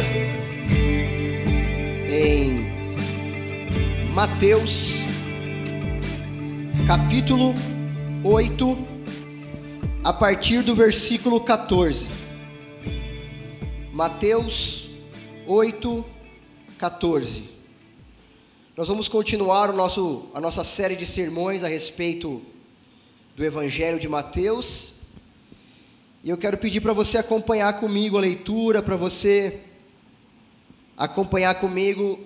em Mateus, capítulo 8, a partir do versículo 14. Mateus 8, 14. Nós vamos continuar a nossa série de sermões a respeito do Evangelho de Mateus. E eu quero pedir para você acompanhar comigo a leitura, para você acompanhar comigo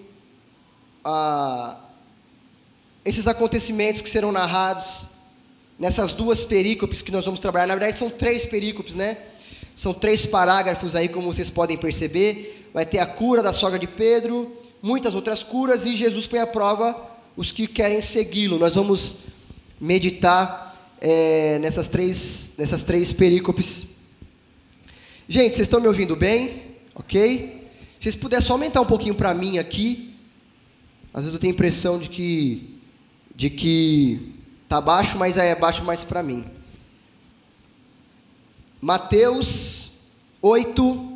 esses acontecimentos que serão narrados nessas duas perícopes que nós vamos trabalhar. Na verdade são 3 perícopes, né? São 3 parágrafos aí, como vocês podem perceber. Vai ter a cura da sogra de Pedro, muitas outras curas, e Jesus põe à prova os que querem segui-lo. Nós vamos meditar nessas três perícopes. Gente, vocês estão me ouvindo bem? Ok? Se vocês puderem só aumentar um pouquinho para mim aqui. Às vezes eu tenho a impressão de que tá baixo, mas é baixo mais para mim. Mateus 8,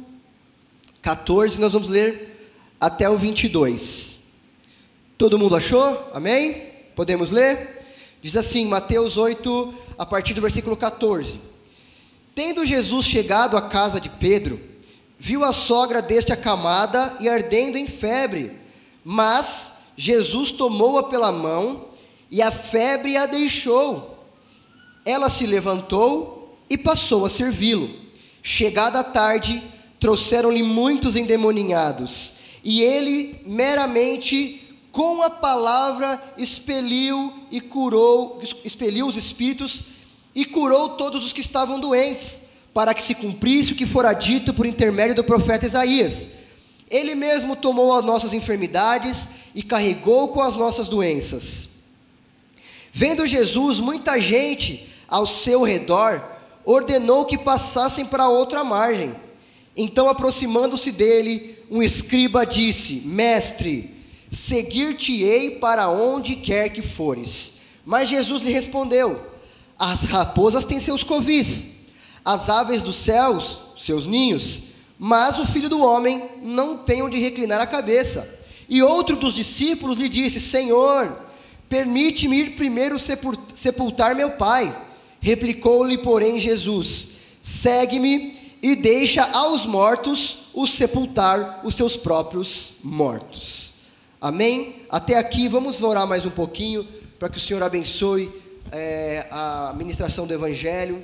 14, nós vamos ler até o 22. Todo mundo achou? Amém? Podemos ler? Diz assim, Mateus 8, a partir do versículo 14. Tendo Jesus chegado à casa de Pedro, viu a sogra deste acamada e ardendo em febre, mas Jesus tomou-a pela mão e a febre a deixou. Ela se levantou e passou a servi-lo. Chegada a tarde, trouxeram-lhe muitos endemoninhados, e ele meramente com a palavra expeliu os espíritos e curou todos os que estavam doentes, para que se cumprisse o que fora dito por intermédio do profeta Isaías. Ele mesmo tomou as nossas enfermidades e carregou com as nossas doenças. Vendo Jesus muita gente ao seu redor, ordenou que passassem para outra margem. Então, aproximando-se dele, um escriba disse: Mestre, seguir-te-ei para onde quer que fores. Mas Jesus lhe respondeu: as raposas têm seus covis, as aves dos céus, seus ninhos, mas o Filho do Homem não tem onde reclinar a cabeça. E outro dos discípulos lhe disse: Senhor, permite-me ir primeiro sepultar meu pai. Replicou-lhe, porém, Jesus: segue-me e deixa aos mortos os sepultar os seus próprios mortos. Amém? Até aqui, vamos orar mais um pouquinho, para que o Senhor abençoe a ministração do Evangelho.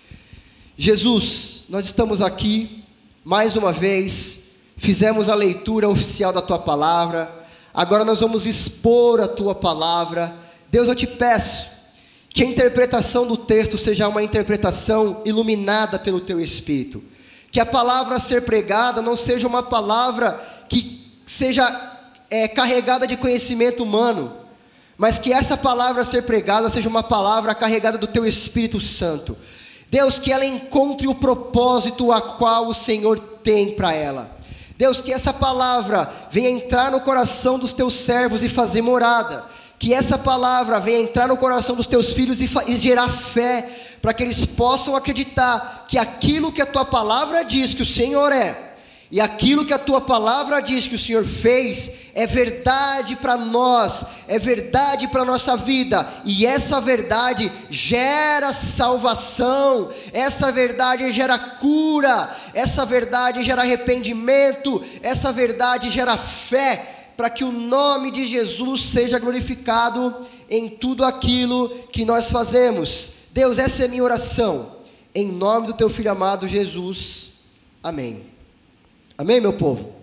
Jesus, nós estamos aqui, mais uma vez, fizemos a leitura oficial da Tua Palavra, agora nós vamos expor a Tua Palavra. Deus, eu te peço que a interpretação do texto seja uma interpretação iluminada pelo Teu Espírito, que a palavra a ser pregada não seja uma palavra que seja carregada de conhecimento humano, mas que essa palavra a ser pregada seja uma palavra carregada do Teu Espírito Santo. Deus, que ela encontre o propósito a qual o Senhor tem para ela. Deus, que essa palavra venha entrar no coração dos Teus servos e fazer morada. Que essa palavra venha entrar no coração dos Teus filhos e gerar fé, para que eles possam acreditar que aquilo que a Tua palavra diz que o Senhor é, e aquilo que a Tua palavra diz que o Senhor fez, é verdade para nós, é verdade para a nossa vida, e essa verdade gera salvação, essa verdade gera cura, essa verdade gera arrependimento, essa verdade gera fé, para que o nome de Jesus seja glorificado em tudo aquilo que nós fazemos. Deus, essa é a minha oração, em nome do Teu Filho amado Jesus, amém. Amém, meu povo?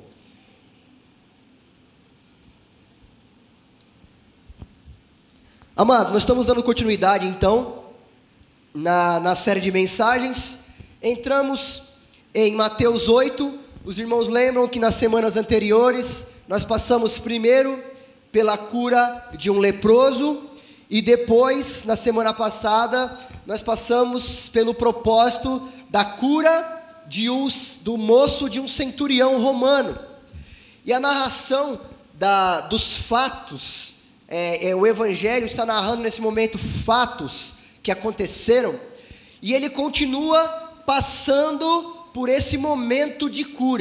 Amado, nós estamos dando continuidade, então, na série de mensagens. Entramos em Mateus 8. Os irmãos lembram que nas semanas anteriores, nós passamos primeiro pela cura de um leproso, e depois, na semana passada, nós passamos pelo propósito da cura do moço de um centurião romano. E a narração dos fatos, o Evangelho está narrando nesse momento fatos que aconteceram, e ele continua passando por esse momento de cura.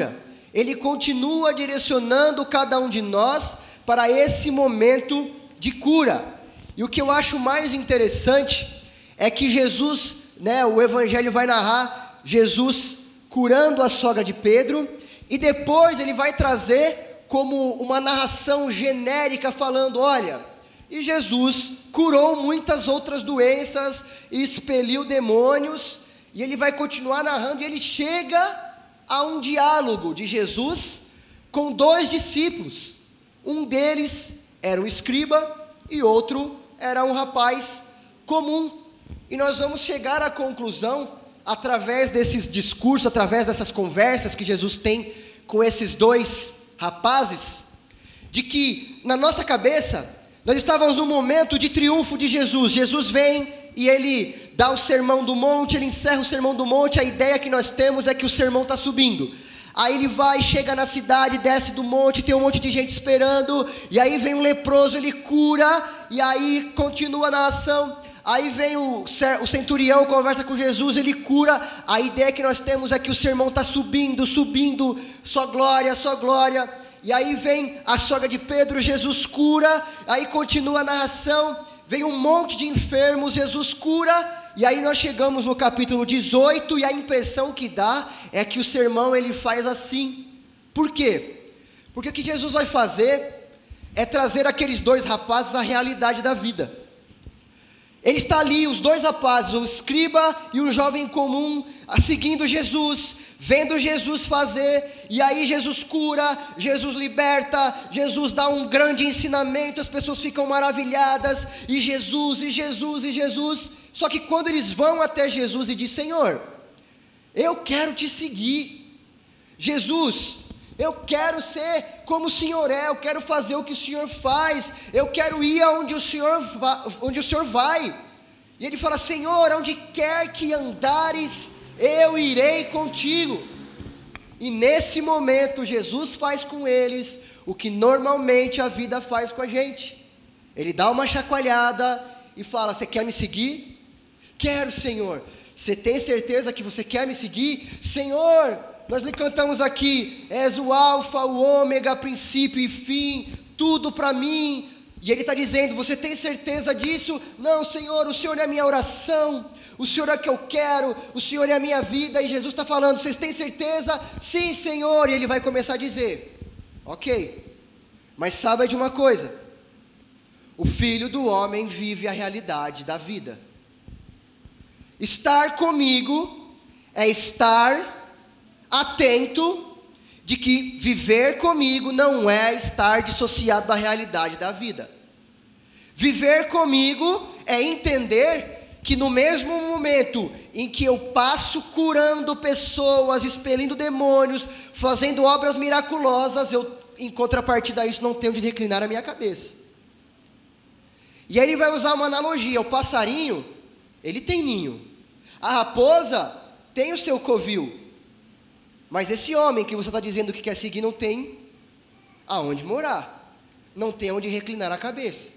Ele continua direcionando cada um de nós para esse momento de cura. E o que eu acho mais interessante é que Jesus, o Evangelho vai narrar Jesus curando a sogra de Pedro, e depois ele vai trazer como uma narração genérica falando, olha, e Jesus curou muitas outras doenças e expeliu demônios, e ele vai continuar narrando, e ele chega a um diálogo de Jesus com 2 discípulos. Um deles era um escriba e outro era um rapaz comum. E nós vamos chegar à conclusão, através desses discursos, através dessas conversas que Jesus tem com esses 2 rapazes, de que na nossa cabeça, nós estávamos no momento de triunfo de Jesus. Jesus vem e ele dá o sermão do monte, ele encerra o sermão do monte. A ideia que nós temos é que o sermão está subindo. Aí ele vai, chega na cidade, desce do monte, tem um monte de gente esperando, e aí vem um leproso, ele cura, e aí continua a narração. Aí vem o centurião, conversa com Jesus, ele cura. A ideia que nós temos é que o sermão está subindo, só glória, só glória. E aí vem a sogra de Pedro, Jesus cura. Aí continua a narração, vem um monte de enfermos, Jesus cura. E aí nós chegamos no capítulo 18, e a impressão que dá é que o sermão ele faz assim. Por quê? Porque o que Jesus vai fazer é trazer aqueles 2 rapazes à realidade da vida. Ele está ali, os 2 rapazes, o escriba e o jovem comum, seguindo Jesus, vendo Jesus fazer, e aí Jesus cura, Jesus liberta, Jesus dá um grande ensinamento, as pessoas ficam maravilhadas, e Jesus. Só que quando eles vão até Jesus e dizem, Senhor, eu quero te seguir. Jesus, eu quero ser como o Senhor é, eu quero fazer o que o Senhor faz, eu quero ir aonde o Senhor vai. E ele fala, Senhor, onde quer que andares, eu irei contigo. E nesse momento, Jesus faz com eles o que normalmente a vida faz com a gente. Ele dá uma chacoalhada e fala, você quer me seguir? Quero, Senhor. Você tem certeza que você quer me seguir? Senhor, nós lhe cantamos aqui, és o alfa, o ômega, princípio e fim, tudo para mim. E ele está dizendo, você tem certeza disso? Não, Senhor, o Senhor é a minha oração, o Senhor é o que eu quero, o Senhor é a minha vida. E Jesus está falando, vocês têm certeza? Sim, Senhor. E ele vai começar a dizer, ok, mas saiba de uma coisa, o Filho do Homem vive a realidade da vida. Estar comigo é estar atento de que viver comigo não é estar dissociado da realidade da vida. Viver comigo é entender que no mesmo momento em que eu passo curando pessoas, expelindo demônios, fazendo obras miraculosas, eu, em contrapartida a isso, não tenho de reclinar a minha cabeça. E aí ele vai usar uma analogia, o passarinho, ele tem ninho. A raposa tem o seu covil, mas esse homem que você está dizendo que quer seguir não tem aonde morar, não tem onde reclinar a cabeça.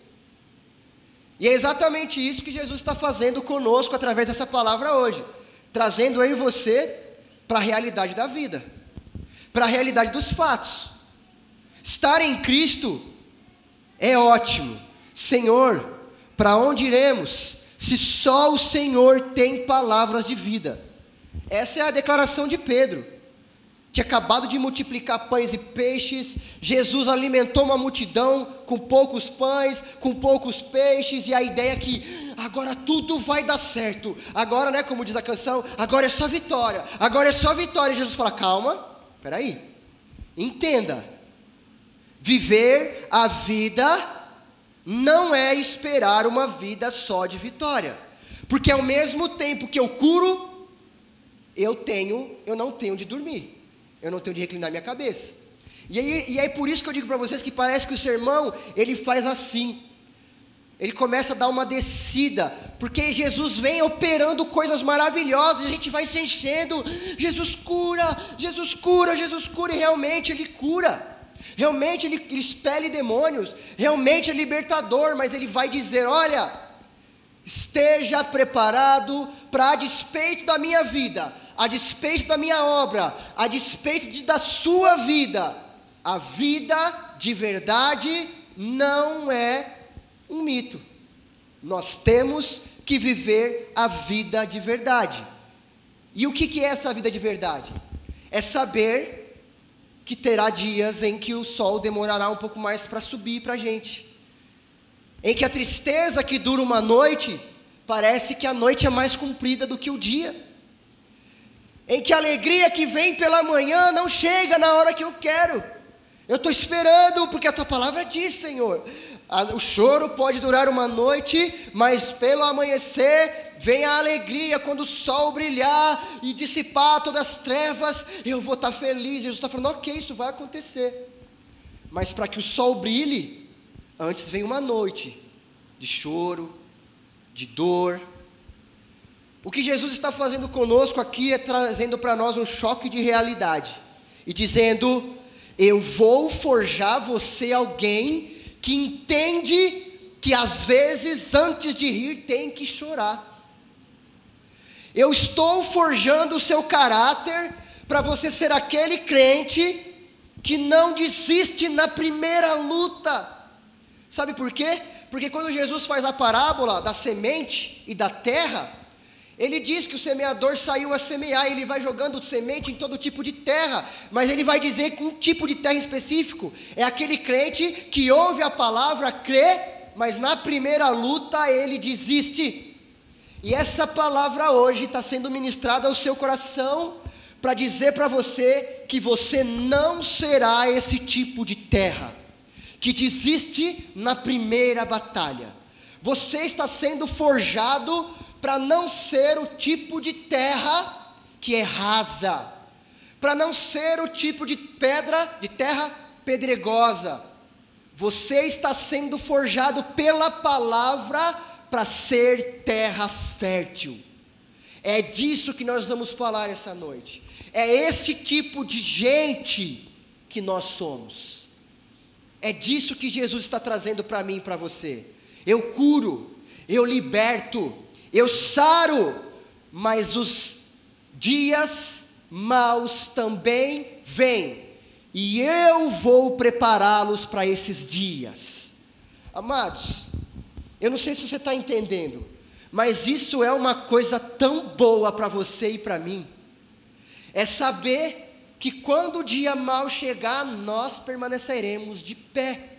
E é exatamente isso que Jesus está fazendo conosco através dessa palavra hoje, trazendo eu e você para a realidade da vida, para a realidade dos fatos. Estar em Cristo é ótimo. Senhor, para onde iremos? Se só o Senhor tem palavras de vida. Essa é a declaração de Pedro. Tinha acabado de multiplicar pães e peixes. Jesus alimentou uma multidão com poucos pães, com poucos peixes. E a ideia é que agora tudo vai dar certo. Agora, como diz a canção, agora é só vitória. Agora é só vitória. E Jesus fala, calma, peraí. Entenda. Viver a vida não é esperar uma vida só de vitória, porque ao mesmo tempo que eu curo, eu não tenho de dormir, eu não tenho de reclinar minha cabeça. E aí por isso que eu digo para vocês que parece que o sermão, ele faz assim, ele começa a dar uma descida, porque Jesus vem operando coisas maravilhosas, e a gente vai se enchendo, Jesus cura, e realmente Ele cura. Realmente ele expele demônios, realmente é libertador, mas ele vai dizer, olha, esteja preparado para, a despeito da minha vida, a despeito da minha obra, a despeito da sua vida, a vida de verdade não é um mito. Nós temos que viver a vida de verdade. E o que é essa vida de verdade? É saber que terá dias em que o sol demorará um pouco mais para subir para a gente. Em que a tristeza que dura uma noite, parece que a noite é mais comprida do que o dia. Em que a alegria que vem pela manhã não chega na hora que eu quero. Eu estou esperando, porque a tua palavra diz, Senhor. O choro pode durar uma noite, mas pelo amanhecer vem a alegria, quando o sol brilhar e dissipar todas as trevas, eu vou estar feliz. Jesus está falando, ok, isso vai acontecer. Mas para que o sol brilhe, antes vem uma noite de choro, de dor. O que Jesus está fazendo conosco aqui é trazendo para nós um choque de realidade. E dizendo, eu vou forjar você alguém que entende que às vezes antes de rir tem que chorar. Eu estou forjando o seu caráter para você ser aquele crente que não desiste na primeira luta. Sabe por quê? Porque quando Jesus faz a parábola da semente e da terra, ele diz que o semeador saiu a semear, ele vai jogando semente em todo tipo de terra, mas ele vai dizer que um tipo de terra específico é aquele crente que ouve a palavra, crê, mas na primeira luta ele desiste. E essa palavra hoje está sendo ministrada ao seu coração, para dizer para você que você não será esse tipo de terra, que desiste na primeira batalha. Você está sendo forjado para não ser o tipo de terra que é rasa, para não ser o tipo de terra pedregosa. Você está sendo forjado pela palavra para ser terra fértil. É disso que nós vamos falar essa noite. É esse tipo de gente que nós somos. É disso que Jesus está trazendo para mim e para você. Eu curo, eu liberto, eu saro, mas os dias maus também vêm, e eu vou prepará-los para esses dias. Amados, eu não sei se você está entendendo, mas isso é uma coisa tão boa para você e para mim, é saber que quando o dia mau chegar, nós permaneceremos de pé.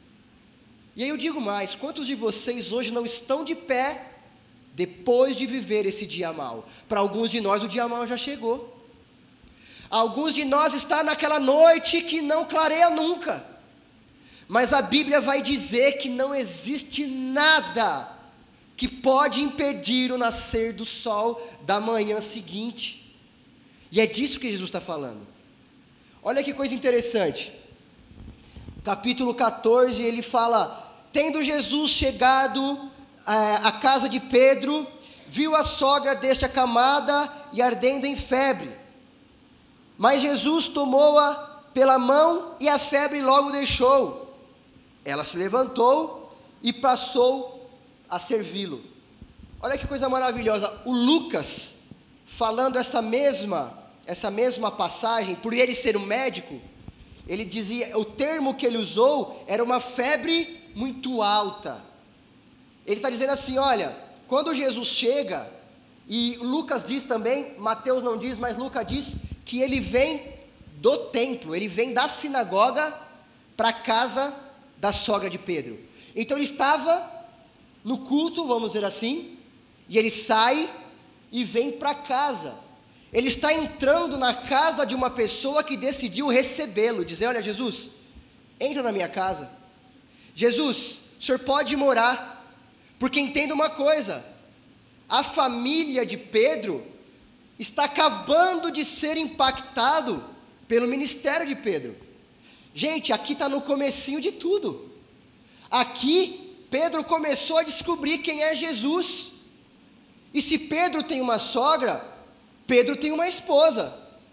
E aí eu digo mais, quantos de vocês hoje não estão de pé, depois de viver esse dia mau? Para alguns de nós o dia mau já chegou. Alguns de nós estão naquela noite que não clareia nunca. Mas a Bíblia vai dizer que não existe nada que pode impedir o nascer do sol da manhã seguinte. E é disso que Jesus está falando. Olha que coisa interessante. Capítulo 14, ele fala, tendo Jesus chegado a casa de Pedro, viu a sogra deste acamada e ardendo em febre. Mas Jesus tomou-a pela mão e a febre logo deixou. Ela se levantou e passou a servi-lo. Olha que coisa maravilhosa. O Lucas, falando essa mesma passagem, por ele ser um médico, ele dizia, o termo que ele usou era uma febre muito alta. Ele está dizendo assim, olha, quando Jesus chega, e Lucas diz também, Mateus não diz, mas Lucas diz, que ele vem do templo, ele vem da sinagoga para a casa da sogra de Pedro. Então ele estava no culto, vamos dizer assim, e ele sai e vem para casa. Ele está entrando na casa de uma pessoa que decidiu recebê-lo, dizer, olha Jesus, entra na minha casa. Jesus, o senhor pode morar. Porque entenda uma coisa, a família de Pedro está acabando de ser impactado pelo ministério de Pedro. Gente, aqui está no comecinho de tudo. Aqui, Pedro começou a descobrir quem é Jesus. E se Pedro tem uma sogra, Pedro tem uma esposa.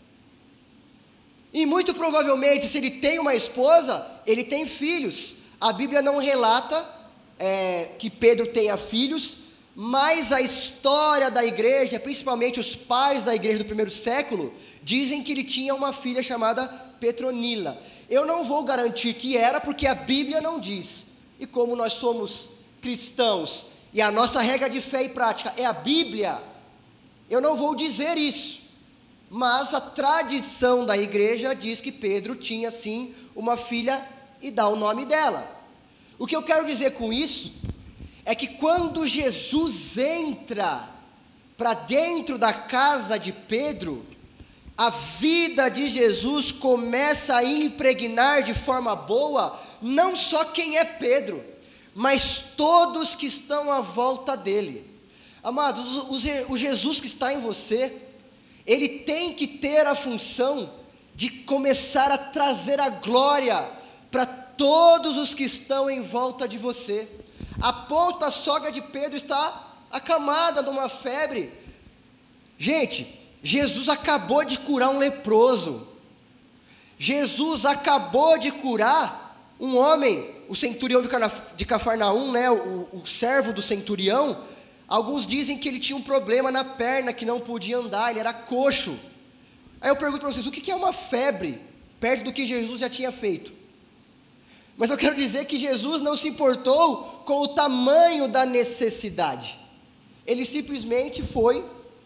E muito provavelmente, se ele tem uma esposa, ele tem filhos. A Bíblia não relata que Pedro tenha filhos, mas a história da igreja, principalmente os pais da igreja do primeiro século, dizem que ele tinha uma filha chamada Petronila. Eu não vou garantir que era, porque a Bíblia não diz. E como nós somos cristãos, e a nossa regra de fé e prática é a Bíblia, eu não vou dizer isso. Mas a tradição da igreja diz que Pedro tinha sim uma filha e dá o nome dela. O que eu quero dizer com isso é que quando Jesus entra para dentro da casa de Pedro, a vida de Jesus começa a impregnar de forma boa, não só quem é Pedro, mas todos que estão à volta dele. Amados, o Jesus que está em você, ele tem que ter a função de começar a trazer a glória para todos os que estão em volta de você. A ponto da sogra de Pedro está acamada numa febre. Gente, Jesus acabou de curar um leproso. Jesus acabou de curar um homem, o centurião de Cafarnaum, né, o servo do centurião. Alguns dizem que ele tinha um problema na perna, que não podia andar, ele era coxo. Aí eu pergunto para vocês, o que é uma febre, perto do que Jesus já tinha feito? Mas eu quero dizer que Jesus não se importou com o tamanho da necessidade. Ele simplesmente foi,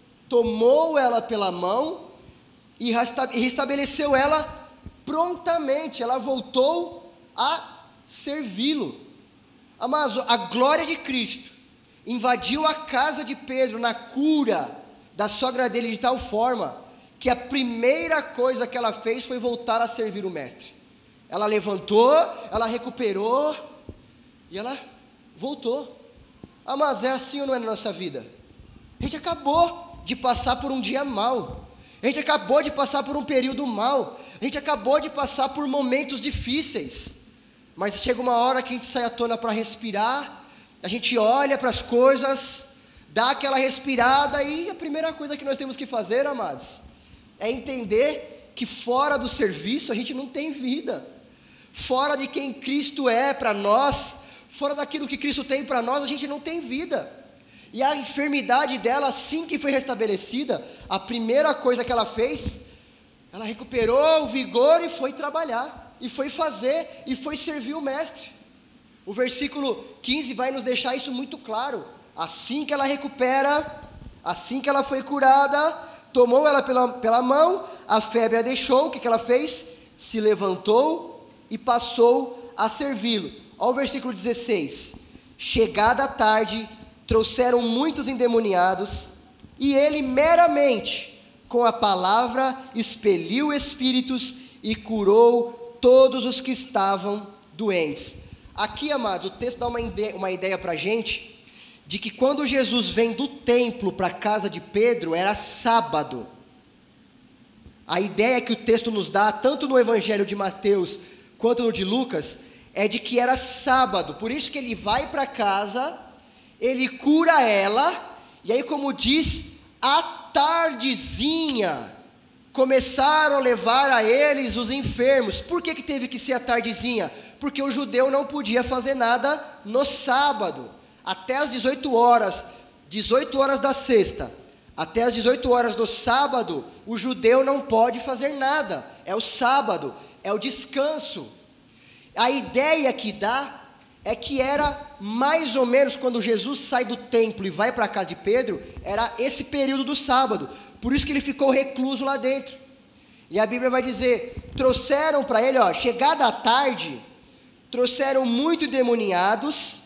tomou ela pela mão e restabeleceu ela prontamente. Ela voltou a servi-lo. Amados, a glória de Cristo invadiu a casa de Pedro na cura da sogra dele de tal forma que a primeira coisa que ela fez foi voltar a servir o mestre. Ela levantou, ela recuperou e ela voltou. Mas é assim ou não é na nossa vida? A gente acabou de passar por um dia mau, a gente acabou de passar por um período mau, a gente acabou de passar por momentos difíceis, mas chega uma hora que a gente sai à tona para respirar, a gente olha para as coisas, dá aquela respirada e a primeira coisa que nós temos que fazer, amados, é entender que fora do serviço a gente não tem vida. Fora de quem Cristo é para nós, fora daquilo que Cristo tem para nós, a gente não tem vida. E a enfermidade dela, assim que foi restabelecida, a primeira coisa que ela fez, ela recuperou o vigor e foi trabalhar, e foi fazer, e foi servir o mestre. O versículo 15 vai nos deixar isso muito claro. Assim que ela recupera, assim que ela foi curada, tomou ela pela mão, a febre a deixou, o que ela fez? Se levantou e passou a servi-lo. Olha o versículo 16. Chegada a tarde, trouxeram muitos endemoniados, e ele meramente, com a palavra, expeliu espíritos e curou todos os que estavam doentes. Aqui, amados, o texto dá uma ideia para a gente, de que quando Jesus vem do templo para a casa de Pedro, era sábado. A ideia que o texto nos dá, tanto no evangelho de Mateus, quanto no de Lucas, é de que era sábado. Por isso que ele vai para casa, ele cura ela, e aí, como diz, à tardezinha, começaram a levar a eles os enfermos. Por que teve que ser à tardezinha? Porque o judeu não podia fazer nada no sábado. Até as 18 horas da sexta, até as 18 horas do sábado, o judeu não pode fazer nada. É o sábado, é o descanso. A ideia que dá é que era mais ou menos quando Jesus sai do templo e vai para a casa de Pedro, era esse período do sábado. Por isso que ele ficou recluso lá dentro. E a Bíblia vai dizer, trouxeram para ele, chegada a tarde, trouxeram muito endemoniados,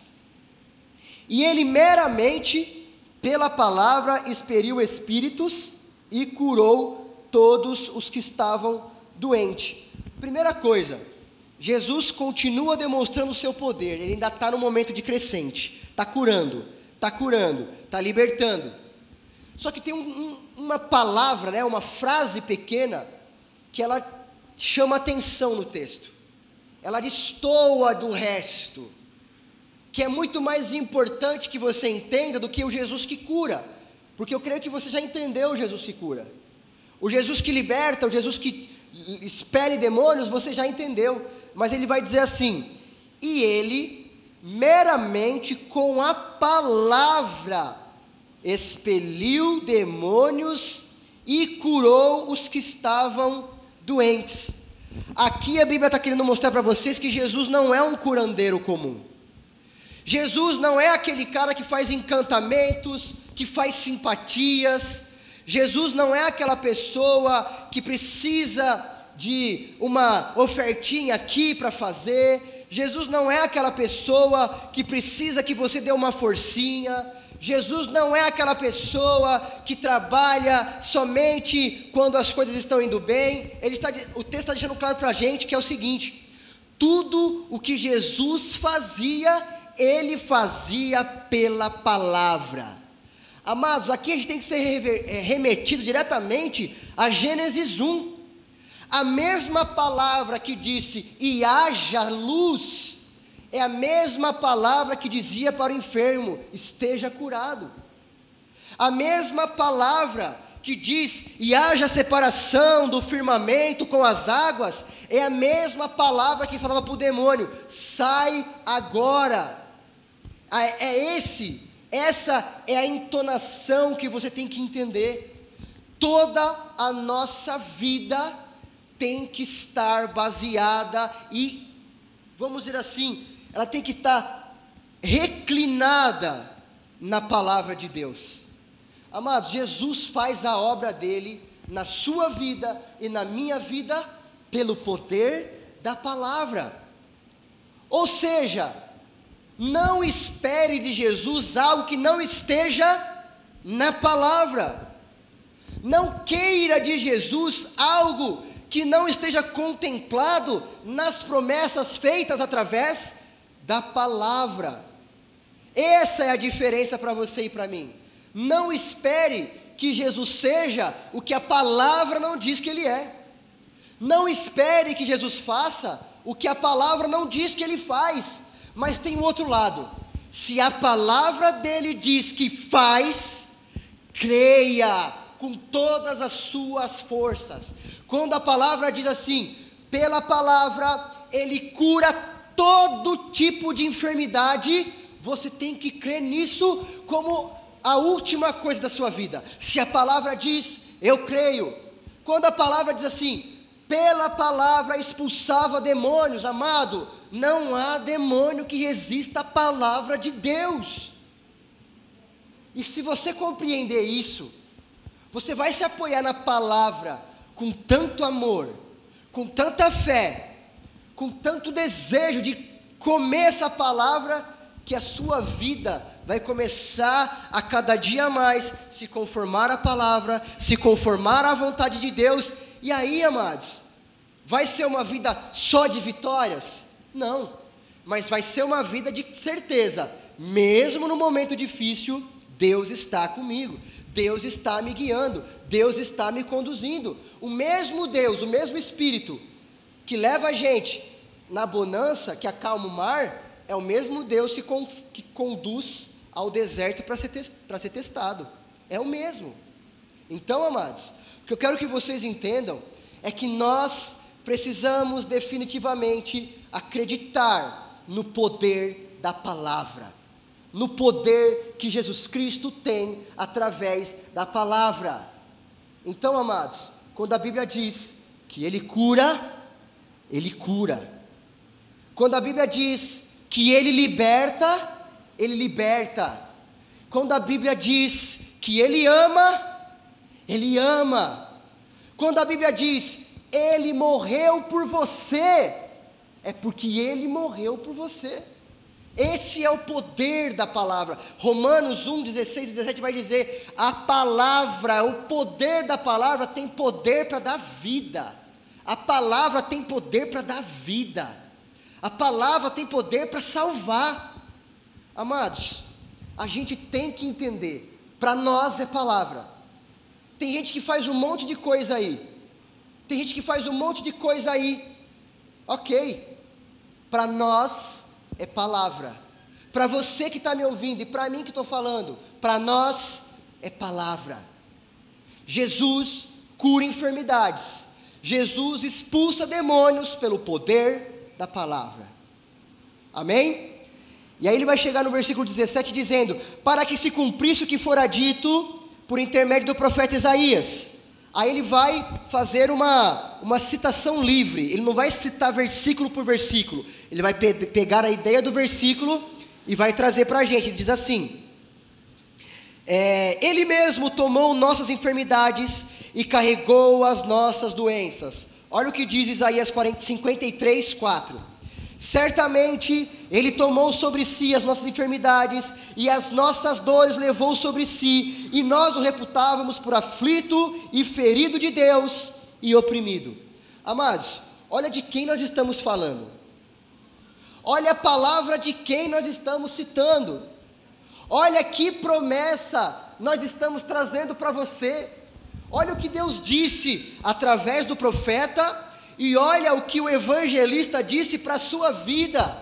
e ele meramente, pela palavra, expeliu espíritos e curou todos os que estavam doentes. Primeira coisa, Jesus continua demonstrando o seu poder, ele ainda está no momento de crescente, está curando, está libertando. Só que tem uma palavra, né, uma frase pequena, que ela chama atenção no texto. Ela destoa do resto, que é muito mais importante que você entenda do que o Jesus que cura, porque eu creio que você já entendeu o Jesus que cura. O Jesus que liberta, o Jesus que expele demônios, você já entendeu. Mas ele vai dizer assim, e ele, meramente com a palavra expeliu demônios e curou os que estavam doentes. Aqui a Bíblia está querendo mostrar para vocês que Jesus não é um curandeiro comum. Jesus não é aquele cara que faz encantamentos, que faz simpatias. Jesus não é aquela pessoa que precisa de uma ofertinha aqui para fazer. Jesus não é aquela pessoa que precisa que você dê uma forcinha. Jesus não é aquela pessoa que trabalha somente quando as coisas estão indo bem. O texto está deixando claro para a gente que é o seguinte: tudo o que Jesus fazia, Ele fazia pela palavra. Amados, aqui a gente tem que ser remetido diretamente a Gênesis 1. A mesma palavra que disse, e haja luz, é a mesma palavra que dizia para o enfermo, esteja curado. A mesma palavra que diz, e haja separação do firmamento com as águas, é a mesma palavra que falava para o demônio, sai agora. Essa é a entonação que você tem que entender. Toda a nossa vida tem que estar baseada e, vamos dizer assim, ela tem que estar reclinada na palavra de Deus. Amados, Jesus faz a obra dele na sua vida e na minha vida pelo poder da palavra. Ou seja, não espere de Jesus algo que não esteja na palavra. Não queira de Jesus algo que não esteja contemplado nas promessas feitas através da palavra. Essa é a diferença para você e para mim. Não espere que Jesus seja o que a palavra não diz que Ele é. Não espere que Jesus faça o que a palavra não diz que Ele faz. Mas tem um outro lado. Se a palavra dele diz que faz, creia com todas as suas forças. Quando a palavra diz assim, pela palavra Ele cura todo tipo de enfermidade, você tem que crer nisso como a última coisa da sua vida. Se a palavra diz, eu creio. Quando a palavra diz assim, pela palavra expulsava demônios, amado, não há demônio que resista à palavra de Deus. E se você compreender isso, você vai se apoiar na palavra com tanto amor, com tanta fé, com tanto desejo de comer essa palavra, que a sua vida vai começar a cada dia mais se conformar à palavra, se conformar à vontade de Deus. E aí, amados, vai ser uma vida só de vitórias? Não, mas vai ser uma vida de certeza. Mesmo no momento difícil, Deus está comigo, Deus está me guiando, Deus está me conduzindo. O mesmo Deus, o mesmo Espírito que leva a gente na bonança, que acalma o mar, é o mesmo Deus que conduz ao deserto para ser testado. É o mesmo. Então, amados, o que eu quero que vocês entendam é que nós precisamos definitivamente acreditar no poder da palavra, no poder que Jesus Cristo tem através da palavra. Então, amados, quando a Bíblia diz que Ele cura, Ele cura. Quando a Bíblia diz que Ele liberta, Ele liberta. Quando a Bíblia diz que Ele ama, Ele ama. Quando a Bíblia diz, Ele morreu por você, é porque Ele morreu por você. Esse é o poder da palavra. Romanos 1, 16 e 17 vai dizer, a palavra, o poder da palavra tem poder para dar vida. A palavra tem poder para dar vida. A palavra tem poder para salvar. Amados, a gente tem que entender, para nós é palavra. Tem gente que faz um monte de coisa aí. Tem gente que faz um monte de coisa aí. Ok. Para nós é palavra. Para você que está me ouvindo e para mim que estou falando, para nós é palavra. Jesus cura enfermidades. Jesus expulsa demônios pelo poder da palavra. Amém? E aí ele vai chegar no versículo 17 dizendo: para que se cumprisse o que fora dito por intermédio do profeta Isaías. Aí ele vai fazer uma citação livre, ele não vai citar versículo por versículo, ele vai pegar a ideia do versículo e vai trazer para a gente. Ele diz assim: ele mesmo tomou nossas enfermidades e carregou as nossas doenças. Olha o que diz Isaías 53, 4. Certamente ele tomou sobre si as nossas enfermidades e as nossas dores levou sobre si, e nós o reputávamos por aflito e ferido de Deus e oprimido. Amados, olha de quem nós estamos falando, olha a palavra de quem nós estamos citando, olha que promessa nós estamos trazendo para você, olha o que Deus disse através do profeta. E olha o que o evangelista disse para a sua vida: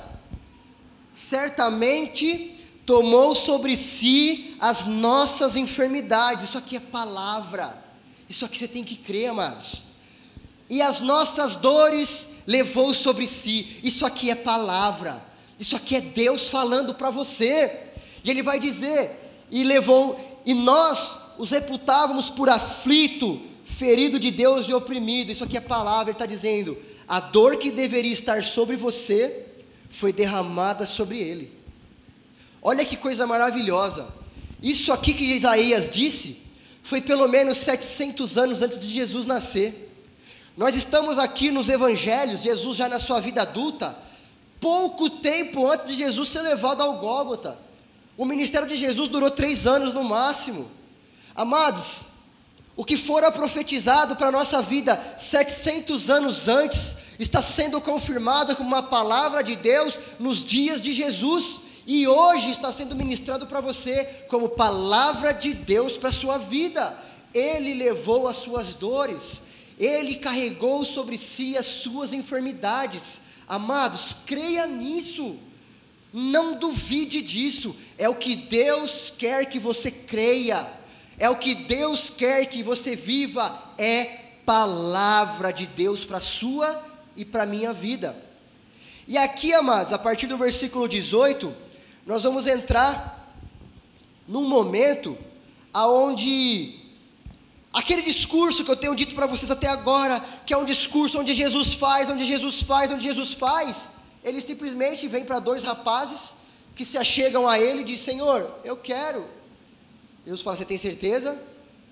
certamente tomou sobre si as nossas enfermidades. Isso aqui é palavra, isso aqui você tem que crer, amados. E as nossas dores levou sobre si. Isso aqui é palavra, isso aqui é Deus falando para você. E ele vai dizer: e nós os reputávamos por aflito, ferido de Deus e oprimido. Isso aqui é palavra. Ele está dizendo: a dor que deveria estar sobre você foi derramada sobre ele. Olha que coisa maravilhosa. Isso aqui que Isaías disse foi pelo menos 700 anos antes de Jesus nascer. Nós estamos aqui nos evangelhos, Jesus já na sua vida adulta, pouco tempo antes de Jesus ser levado ao Gólgota. O ministério de Jesus durou 3 anos no máximo. Amados, o que fora profetizado para a nossa vida 700 anos antes, está sendo confirmado como uma palavra de Deus nos dias de Jesus, e hoje está sendo ministrado para você como palavra de Deus para a sua vida. Ele levou as suas dores, ele carregou sobre si as suas enfermidades. Amados, creia nisso, não duvide disso, é o que Deus quer que você creia. É o que Deus quer que você viva, é palavra de Deus para a sua e para a minha vida. E aqui, amados, a partir do versículo 18, nós vamos entrar num momento aonde aquele discurso que eu tenho dito para vocês até agora, que é um discurso onde Jesus faz, ele simplesmente vem para 2 rapazes que se achegam a ele e diz: Senhor, eu quero. Jesus fala: você tem certeza?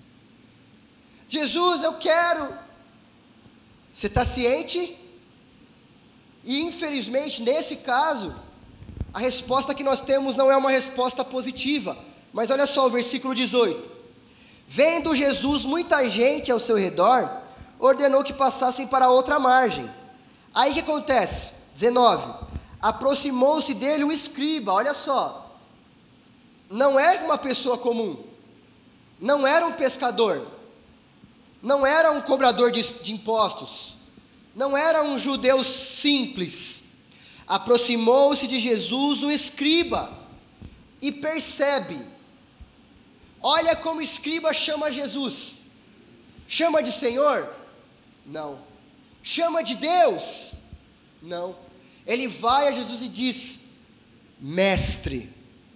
Jesus, eu quero. Você está ciente? E infelizmente, nesse caso, a resposta que nós temos não é uma resposta positiva. Mas olha só o versículo 18: vendo Jesus muita gente ao seu redor, ordenou que passassem para outra margem. Aí o que acontece? 19: aproximou-se dele um escriba. Olha só, não era uma pessoa comum, não era um pescador, não era um cobrador de impostos, não era um judeu simples. Aproximou-se de Jesus um escriba e percebe. Olha como o escriba chama Jesus. Chama de Senhor? Não. Chama de Deus? Não. Ele vai a Jesus e diz: mestre.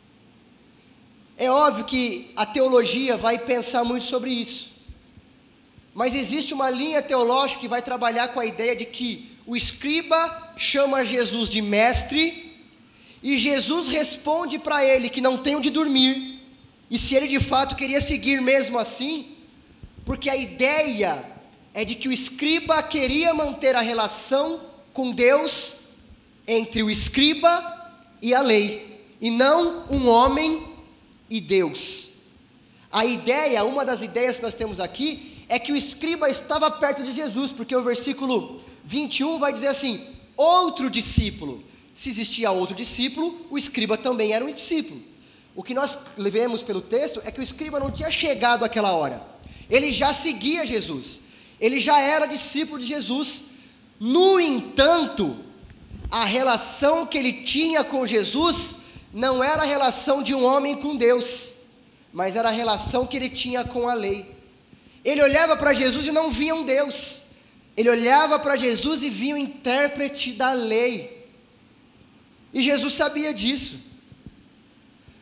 É óbvio que a teologia vai pensar muito sobre isso, mas existe uma linha teológica que vai trabalhar com a ideia de que o escriba chama Jesus de mestre, e Jesus responde para ele que não tem onde dormir, e se ele de fato queria seguir mesmo assim, porque a ideia é de que o escriba queria manter a relação com Deus entre o escriba e a lei, e não um homem e Deus. A ideia, uma das ideias que nós temos aqui, é que o escriba estava perto de Jesus, porque o versículo 21 vai dizer assim: outro discípulo. Se existia outro discípulo, o escriba também era um discípulo. O que nós vemos pelo texto é que o escriba não tinha chegado àquela hora, ele já seguia Jesus, ele já era discípulo de Jesus. No entanto, a relação que ele tinha com Jesus não era a relação de um homem com Deus, mas era a relação que ele tinha com a lei. Ele olhava para Jesus e não via um Deus, ele olhava para Jesus e via o intérprete da lei, e Jesus sabia disso.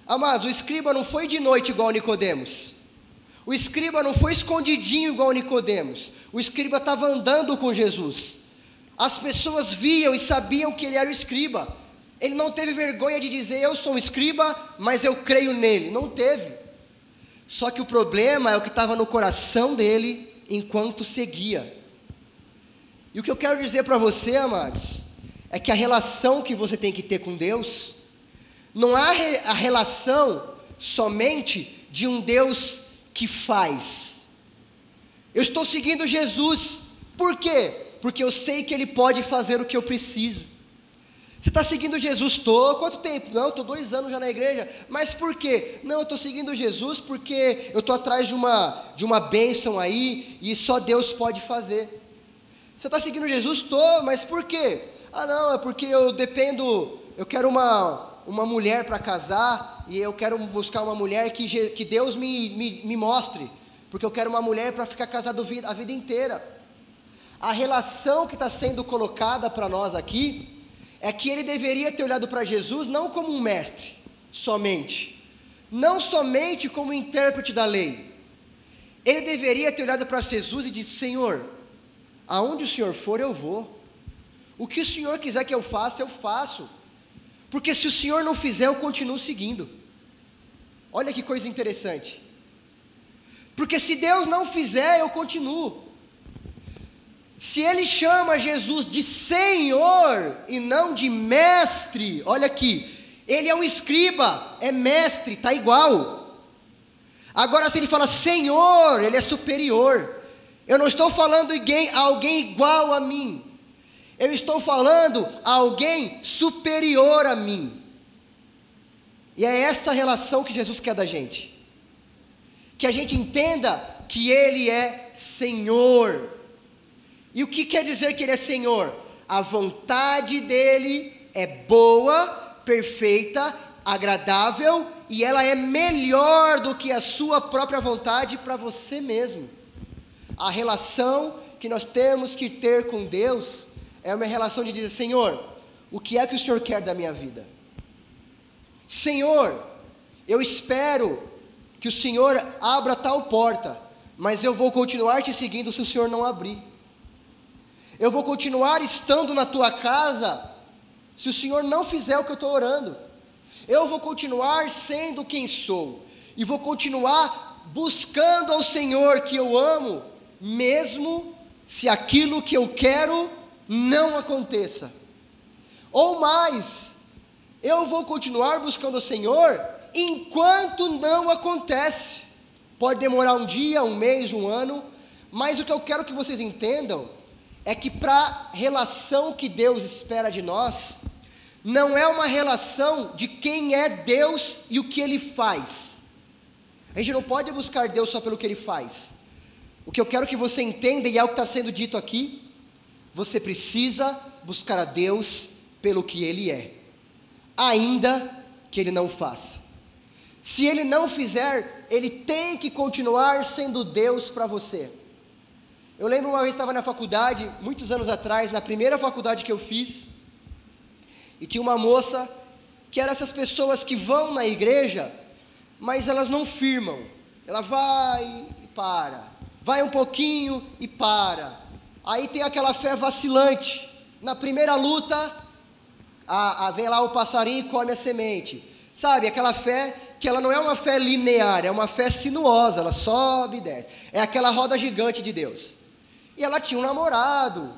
Amados, o escriba não foi de noite igual Nicodemos. O escriba não foi escondidinho igual Nicodemos. O escriba estava andando com Jesus. As pessoas viam e sabiam que ele era o escriba. Ele não teve vergonha de dizer, eu sou um escriba, mas eu creio nele. Não teve. Só que o problema é o que estava no coração dele enquanto seguia. E o que eu quero dizer para você, amados, é que a relação que você tem que ter com Deus, não é a relação somente de um Deus que faz. Eu estou seguindo Jesus, por quê? Porque eu sei que Ele pode fazer o que eu preciso. Você está seguindo Jesus? Estou. Quanto tempo? Não, estou 2 anos já na igreja. Mas por quê? Não, eu estou seguindo Jesus porque eu estou atrás de uma bênção aí, e só Deus pode fazer. Você está seguindo Jesus? Estou, mas por quê? Ah não, é porque eu quero uma mulher para casar, e eu quero buscar uma mulher que Deus me mostre, porque eu quero uma mulher para ficar casado a vida inteira. A relação que está sendo colocada para nós aqui, é que ele deveria ter olhado para Jesus não como um mestre, somente, não somente como intérprete da lei. Ele deveria ter olhado para Jesus e disse, Senhor, aonde o Senhor for eu vou, o que o Senhor quiser que eu faço, porque se o Senhor não fizer eu continuo seguindo. Olha que coisa interessante, porque se Deus não fizer eu continuo. Se Ele chama Jesus de Senhor e não de mestre, olha aqui, Ele é um escriba, é mestre, está igual. Agora se Ele fala Senhor, Ele é superior. Eu não estou falando alguém igual a mim, eu estou falando alguém superior a mim. E é essa relação que Jesus quer da gente, que a gente entenda que Ele é Senhor. E o que quer dizer que Ele é Senhor? A vontade dEle é boa, perfeita, agradável, e ela é melhor do que a sua própria vontade para você mesmo. A relação que nós temos que ter com Deus é uma relação de dizer, Senhor, o que é que o Senhor quer da minha vida? Senhor, eu espero que o Senhor abra tal porta, mas eu vou continuar te seguindo se o Senhor não abrir. Eu vou continuar estando na tua casa, se o Senhor não fizer o que eu estou orando. Eu vou continuar sendo quem sou, e vou continuar buscando ao Senhor que eu amo, mesmo se aquilo que eu quero não aconteça. Ou mais, eu vou continuar buscando ao Senhor, enquanto não acontece. Pode demorar um dia, um mês, um ano, mas o que eu quero que vocês entendam, é que para a relação que Deus espera de nós, não é uma relação de quem é Deus e o que Ele faz. A gente não pode buscar Deus só pelo que Ele faz. O que eu quero que você entenda, e é o que está sendo dito aqui, você precisa buscar a Deus pelo que Ele é, ainda que Ele não faça. Se Ele não fizer, Ele tem que continuar sendo Deus para você. Eu lembro uma vez estava na faculdade, muitos anos atrás, na primeira faculdade que eu fiz, e tinha uma moça, que eram essas pessoas que vão na igreja, mas elas não firmam. Ela vai e para, vai um pouquinho e para. Aí tem aquela fé vacilante. Na primeira luta, vem lá o passarinho e come a semente. Sabe, aquela fé que ela não é uma fé linear, é uma fé sinuosa, ela sobe e desce. É aquela roda gigante de Deus. E ela tinha um namorado.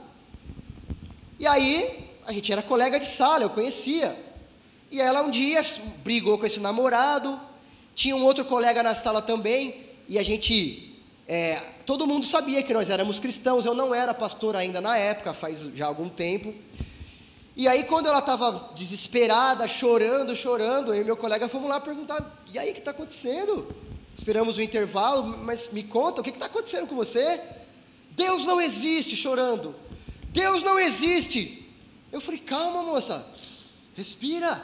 E aí, a gente era colega de sala, eu conhecia. E ela um dia brigou com esse namorado. Tinha um outro colega na sala também. E a gente, todo mundo sabia que nós éramos cristãos. Eu não era pastor ainda na época, faz já algum tempo. E aí quando ela estava desesperada, chorando, eu e meu colega fomos lá perguntar, e aí, o que está acontecendo? Esperamos o intervalo, mas me conta, o que está acontecendo com você? Deus não existe, chorando. Deus não existe. Eu falei, calma moça, respira.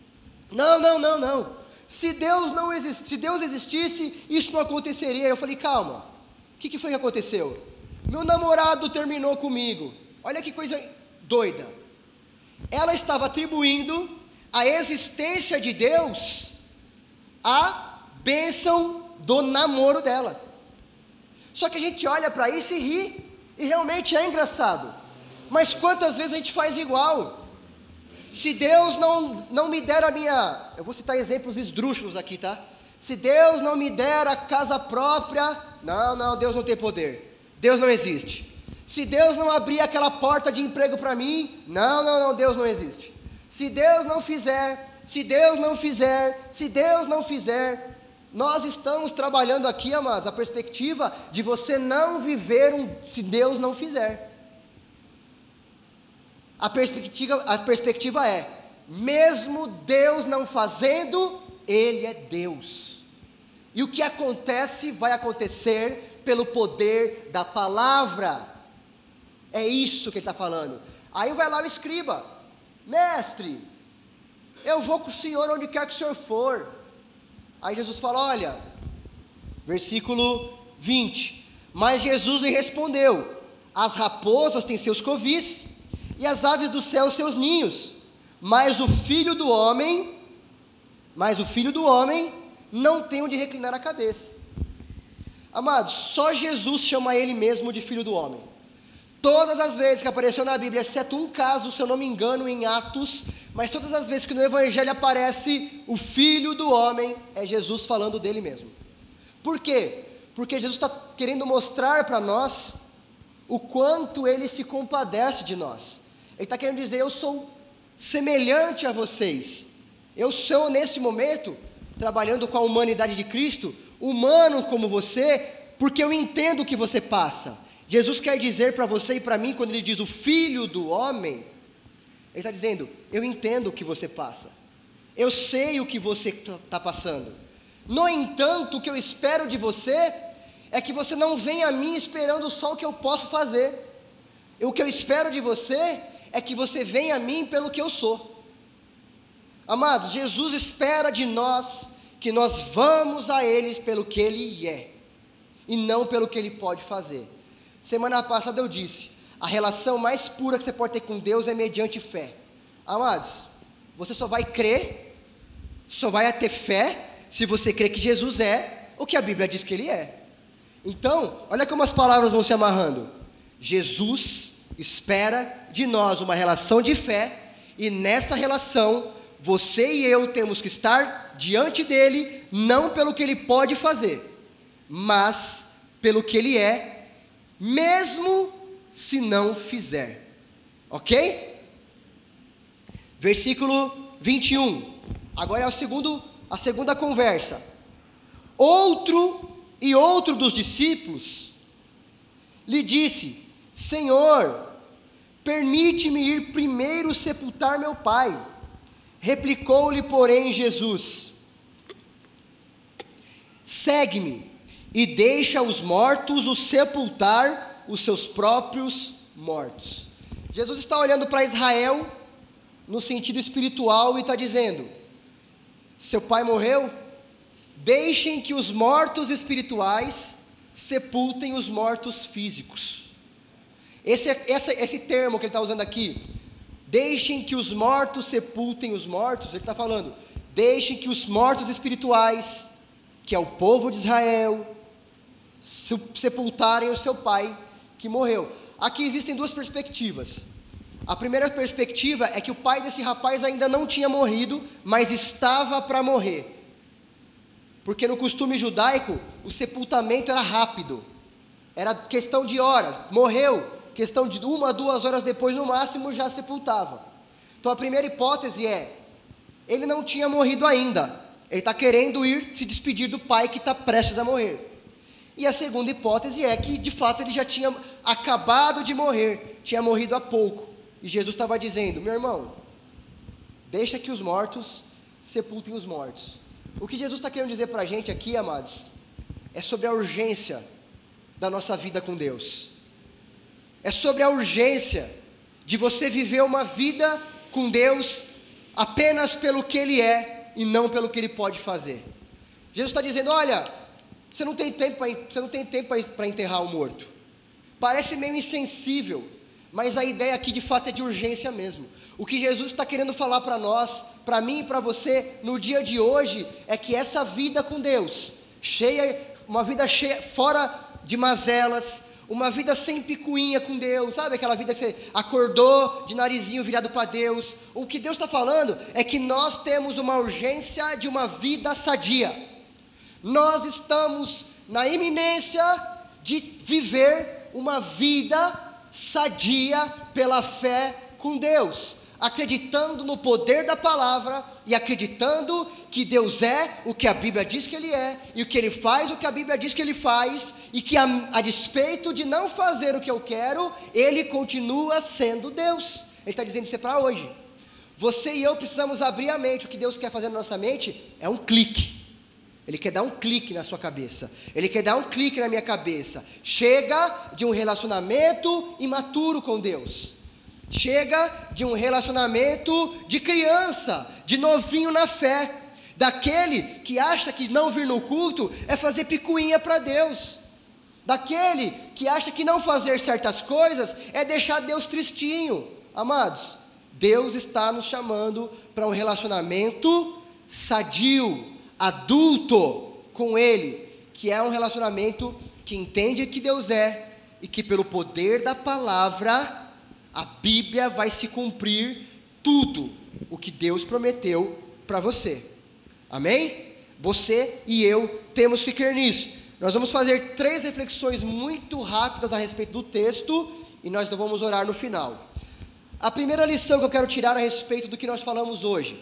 Não. Se Deus existisse, isso não aconteceria. Eu falei, calma, o que foi que aconteceu? Meu namorado terminou comigo. Olha que coisa doida. Ela estava atribuindo a existência de Deus a bênção do namoro dela. Só que a gente olha para isso e ri, e realmente é engraçado. Mas quantas vezes a gente faz igual? Se Deus não me der a minha... Eu vou citar exemplos esdrúxulos aqui, tá? Se Deus não me der a casa própria... Não, Deus não tem poder. Deus não existe. Se Deus não abrir aquela porta de emprego para mim... Não, Deus não existe. Se Deus não fizer... Se Deus não fizer... Nós estamos trabalhando aqui, amados, a perspectiva de você não viver se Deus não fizer. A perspectiva é, mesmo Deus não fazendo, Ele é Deus. E o que acontece, vai acontecer pelo poder da palavra. É isso que ele está falando. Aí vai lá o escriba: mestre, eu vou com o senhor onde quer que o senhor for. Aí Jesus fala, olha, versículo 20, mas Jesus lhe respondeu, as raposas têm seus covis, e as aves do céu seus ninhos, mas o filho do homem não tem onde reclinar a cabeça. Amados, só Jesus chama ele mesmo de filho do homem. Todas as vezes que apareceu na Bíblia, exceto um caso, se eu não me engano, em Atos, mas todas as vezes que no Evangelho aparece o Filho do Homem, é Jesus falando dele mesmo. Por quê? Porque Jesus está querendo mostrar para nós o quanto Ele se compadece de nós. Ele está querendo dizer, eu sou semelhante a vocês. Eu sou, nesse momento, trabalhando com a humanidade de Cristo, humano como você, porque eu entendo o que você passa. Jesus quer dizer para você e para mim, quando Ele diz o Filho do Homem, Ele está dizendo, eu entendo o que você passa, eu sei o que você está passando. No entanto, o que eu espero de você, é que você não venha a mim esperando só o que eu posso fazer. O que eu espero de você, é que você venha a mim pelo que eu sou. Amados, Jesus espera de nós, que nós vamos a Ele pelo que Ele é, e não pelo que Ele pode fazer. Semana passada eu disse, a relação mais pura que você pode ter com Deus é mediante fé. Amados, você só vai crer, só vai ter fé, se você crer que Jesus é o que a Bíblia diz que Ele é. Então, olha como as palavras vão se amarrando. Jesus espera de nós uma relação de fé, e nessa relação, você e eu temos que estar diante dEle, não pelo que Ele pode fazer, mas pelo que Ele é, mesmo se não fizer, ok? Versículo 21, agora é a segunda conversa. Outro dos discípulos lhe disse, Senhor, permite-me ir primeiro sepultar meu pai. Replicou-lhe, porém, Jesus, segue-me e deixa os mortos os sepultar os seus próprios mortos. Jesus está olhando para Israel no sentido espiritual e está dizendo, seu pai morreu, deixem que os mortos espirituais sepultem os mortos físicos. Esse termo que ele está usando aqui, deixem que os mortos sepultem os mortos, ele está falando, deixem que os mortos espirituais, que é o povo de Israel, sepultarem o seu pai que morreu. Aqui existem duas perspectivas. A primeira perspectiva é que o pai desse rapaz ainda não tinha morrido, mas estava para morrer, porque no costume judaico o sepultamento era rápido, era questão de horas, morreu, questão de 1 a 2 horas depois no máximo já sepultava. Então a primeira hipótese é, ele não tinha morrido ainda, ele está querendo ir se despedir do pai que está prestes a morrer. E a segunda hipótese é que, de fato, ele já tinha acabado de morrer, tinha morrido há pouco. E Jesus estava dizendo, meu irmão, deixa que os mortos sepultem os mortos. O que Jesus está querendo dizer para a gente aqui, amados, é sobre a urgência da nossa vida com Deus. É sobre a urgência de você viver uma vida com Deus apenas pelo que Ele é e não pelo que Ele pode fazer. Jesus está dizendo, olha, você não tem tempo para enterrar o morto. Parece meio insensível, mas a ideia aqui de fato é de urgência mesmo. O que Jesus está querendo falar para nós, para mim e para você, no dia de hoje, é que essa vida com Deus, uma vida cheia, fora de mazelas, uma vida sem picuinha com Deus, sabe aquela vida que você acordou de narizinho virado para Deus? O que Deus está falando é que nós temos uma urgência de uma vida sadia. Nós estamos na iminência de viver uma vida sadia pela fé com Deus, acreditando no poder da palavra e acreditando que Deus é o que a Bíblia diz que Ele é, e o que Ele faz o que a Bíblia diz que Ele faz, e que a despeito de não fazer o que eu quero, Ele continua sendo Deus. Ele está dizendo isso para hoje. Você e eu precisamos abrir a mente. O que Deus quer fazer na nossa mente é um clique. Ele quer dar um clique na sua cabeça. Ele quer dar um clique na minha cabeça. Chega de um relacionamento imaturo com Deus. Chega de um relacionamento de criança, de novinho na fé. Daquele que acha que não vir no culto é fazer picuinha para Deus. Daquele que acha que não fazer certas coisas é deixar Deus tristinho. Amados, Deus está nos chamando para um relacionamento sadio, adulto com Ele, que é um relacionamento que entende que Deus é, e que pelo poder da palavra, a Bíblia vai se cumprir tudo o que Deus prometeu para você. Amém? Você e eu temos que crer nisso. Nós vamos fazer 3 reflexões muito rápidas a respeito do texto, e nós vamos orar no final. A primeira lição que eu quero tirar a respeito do que nós falamos hoje: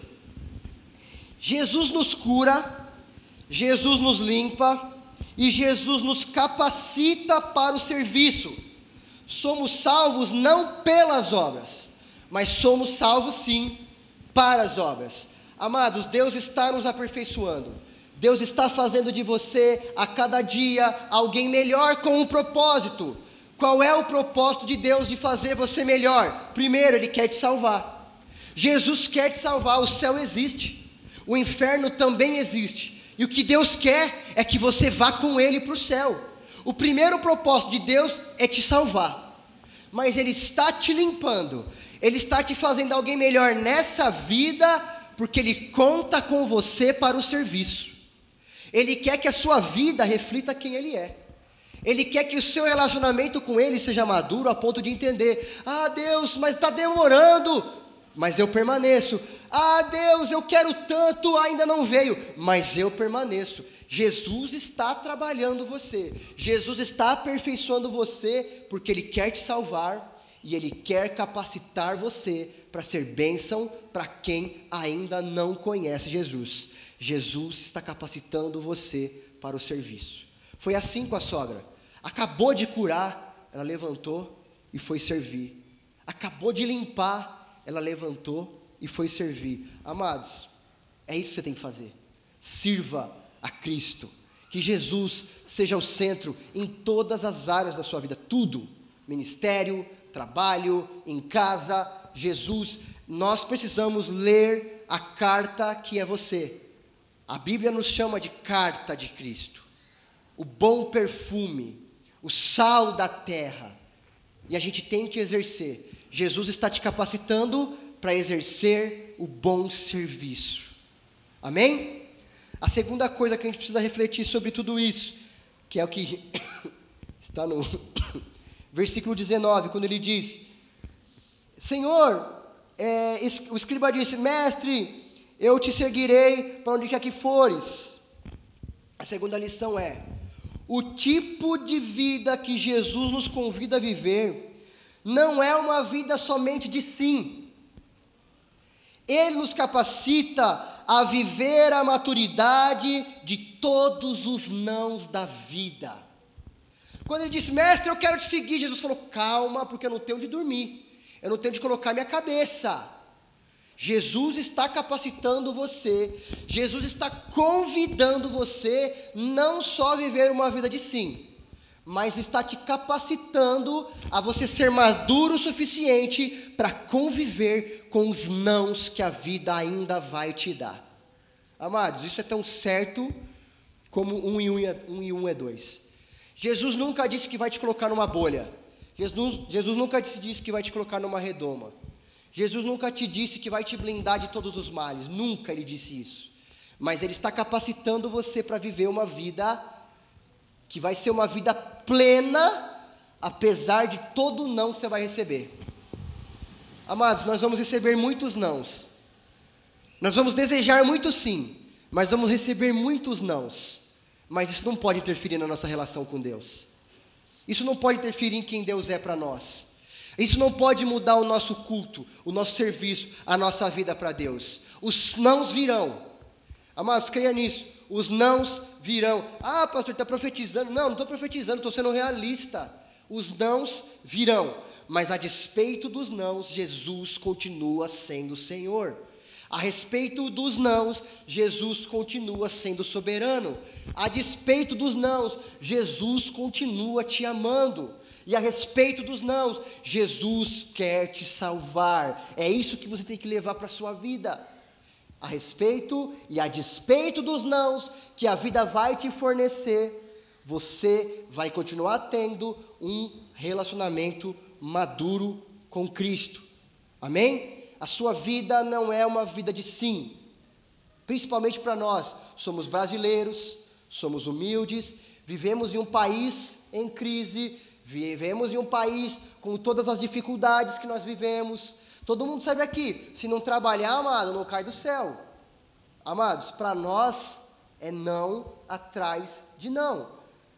Jesus nos cura, Jesus nos limpa, e Jesus nos capacita para o serviço. Somos salvos não pelas obras, mas somos salvos sim para as obras. Amados, Deus está nos aperfeiçoando. Deus está fazendo de você a cada dia alguém melhor com um propósito. Qual é o propósito de Deus de fazer você melhor? Primeiro, Ele quer te salvar. Jesus quer te salvar. O céu existe, o inferno também existe, e o que Deus quer é que você vá com Ele para o céu. O primeiro propósito de Deus é te salvar, mas Ele está te limpando, Ele está te fazendo alguém melhor nessa vida, porque Ele conta com você para o serviço. Ele quer que a sua vida reflita quem Ele é. Ele quer que o seu relacionamento com Ele seja maduro a ponto de entender: ah, Deus, mas está demorando, mas eu permaneço. Ah, Deus, eu quero tanto, ainda não veio, mas eu permaneço. Jesus está trabalhando você, Jesus está aperfeiçoando você, porque Ele quer te salvar, e Ele quer capacitar você para ser bênção para quem ainda não conhece Jesus. Jesus está capacitando você para o serviço. Foi assim com a sogra. Acabou de curar, ela levantou e foi servir. Acabou de limpar, ela levantou e foi servir. Amados, é isso que você tem que fazer. Sirva a Cristo. Que Jesus seja o centro em todas as áreas da sua vida. Tudo. Ministério, trabalho, em casa. Jesus, nós precisamos ler a carta que é você. A Bíblia nos chama de carta de Cristo. O bom perfume, o sal da terra. E a gente tem que exercer. Jesus está te capacitando para exercer o bom serviço. Amém? A segunda coisa que a gente precisa refletir sobre tudo isso, que é o que está no versículo 19, quando ele diz: Senhor, o escriba disse: Mestre, eu te seguirei para onde quer que fores. A segunda lição é: o tipo de vida que Jesus nos convida a viver não é uma vida somente de sim. Ele nos capacita a viver a maturidade de todos os nãos da vida. Quando ele disse: Mestre, eu quero te seguir, Jesus falou: calma, porque eu não tenho onde dormir, eu não tenho onde colocar minha cabeça. Jesus está capacitando você, Jesus está convidando você não só a viver uma vida de sim, mas está te capacitando a você ser maduro o suficiente para conviver com os nãos que a vida ainda vai te dar. Amados, isso é tão certo como 1 e 1 é 2. Jesus nunca disse que vai te colocar numa bolha. Jesus nunca te disse que vai te colocar numa redoma. Jesus nunca te disse que vai te blindar de todos os males. Nunca Ele disse isso. Mas Ele está capacitando você para viver uma vida que vai ser uma vida plena, apesar de todo o não que você vai receber. Amados, nós vamos receber muitos nãos. Nós vamos desejar muito sim, mas vamos receber muitos nãos. Mas isso não pode interferir na nossa relação com Deus. Isso não pode interferir em quem Deus é para nós. Isso não pode mudar o nosso culto, o nosso serviço, a nossa vida para Deus. Os nãos virão. Amados, creia nisso. Os nãos virão. Ah, pastor, está profetizando. Não estou profetizando, estou sendo realista. Os nãos virão. Mas a despeito dos nãos, Jesus continua sendo Senhor. A respeito dos nãos, Jesus continua sendo soberano. A despeito dos nãos, Jesus continua te amando. E a respeito dos nãos, Jesus quer te salvar. É isso que você tem que levar para a sua vida. A respeito e a despeito dos nãos que a vida vai te fornecer, você vai continuar tendo um relacionamento maduro com Cristo. Amém? A sua vida não é uma vida de sim, principalmente para nós. Somos brasileiros, somos humildes, vivemos em um país em crise, vivemos em um país com todas as dificuldades que nós vivemos. Todo mundo sabe aqui, se não trabalhar, amado, não cai do céu. Amados, para nós é não atrás de não.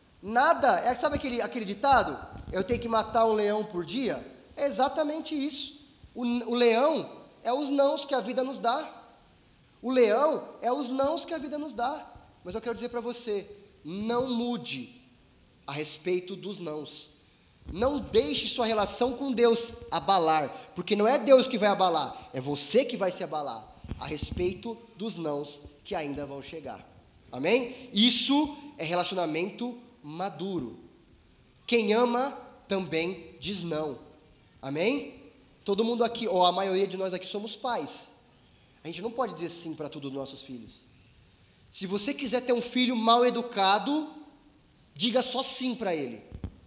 Nada, sabe aquele ditado? Eu tenho que matar um leão por dia? É exatamente isso. O leão é os nãos que a vida nos dá. O leão é os nãos que a vida nos dá. Mas eu quero dizer para você, não mude a respeito dos nãos. Não deixe sua relação com Deus abalar, porque não é Deus que vai abalar, é você que vai se abalar a respeito dos nãos que ainda vão chegar. Amém? Isso é relacionamento maduro. Quem ama também diz não. Amém? Todo mundo aqui, ou a maioria de nós aqui somos pais. A gente não pode dizer sim para tudo dos nossos filhos. Se você quiser ter um filho mal educado, diga só sim para ele.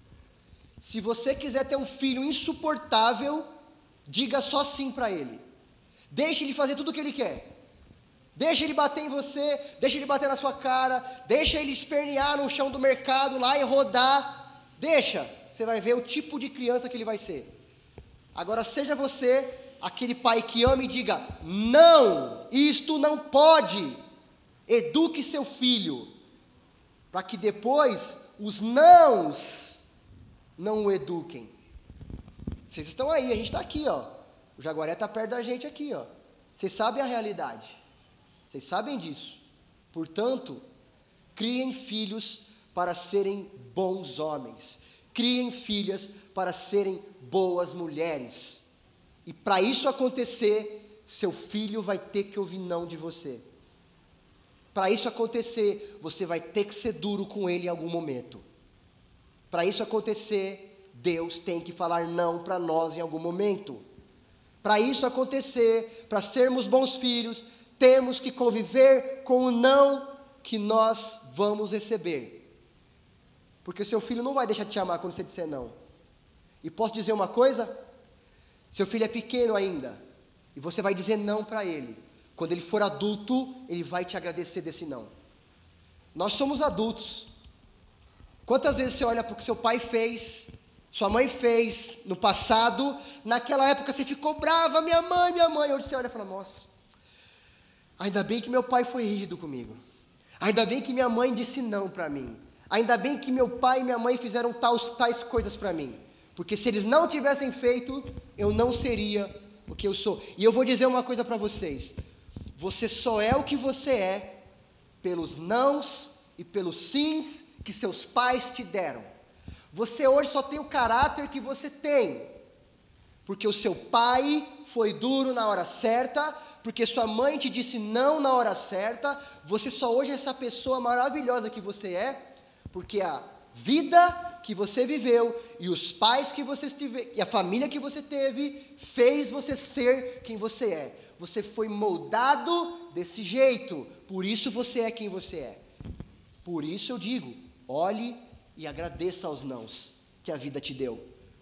Se você quiser ter um filho insuportável, diga só sim para ele. Deixe ele fazer tudo o que ele quer. Deixa ele bater em você, deixa ele bater na sua cara, deixa ele espernear no chão do mercado lá e rodar. Deixa, você vai ver o tipo de criança que ele vai ser. Agora seja você aquele pai que ama e diga, não, isto não pode. Eduque seu filho, para que depois os nãos não o eduquem. Vocês estão aí, a gente está aqui, ó. O Jaguaré está perto da gente aqui, ó. Vocês sabem a realidade. Vocês sabem disso. Portanto, criem filhos para serem bons homens. Criem filhas para serem boas mulheres. E para isso acontecer, seu filho vai ter que ouvir não de você. Para isso acontecer, você vai ter que ser duro com ele em algum momento. Para isso acontecer, Deus tem que falar não para nós em algum momento. Para isso acontecer, para sermos bons filhos, temos que conviver com o não que nós vamos receber. Porque o seu filho não vai deixar de te amar quando você disser não. E posso dizer uma coisa? Seu filho é pequeno ainda, e você vai dizer não para ele. Quando ele for adulto, ele vai te agradecer desse não. Nós somos adultos. Quantas vezes você olha para o que seu pai fez, sua mãe fez no passado, naquela época você ficou brava, minha mãe, hoje você olha e fala, nossa, ainda bem que meu pai foi rígido comigo, ainda bem que minha mãe disse não para mim, ainda bem que meu pai e minha mãe fizeram tais coisas para mim, porque se eles não tivessem feito, eu não seria o que eu sou. E eu vou dizer uma coisa para vocês, você só é o que você é, pelos nãos e pelos sims que seus pais te deram. Você hoje só tem o caráter que você tem, porque o seu pai foi duro na hora certa, porque sua mãe te disse não na hora certa. Você só hoje é essa pessoa maravilhosa que você é, porque a vida que você viveu e os pais que você teve, e a família que você teve, fez você ser quem você é. Você foi moldado desse jeito, por isso você é quem você é. Por isso eu digo, olhe e agradeça aos nãos que a vida te deu,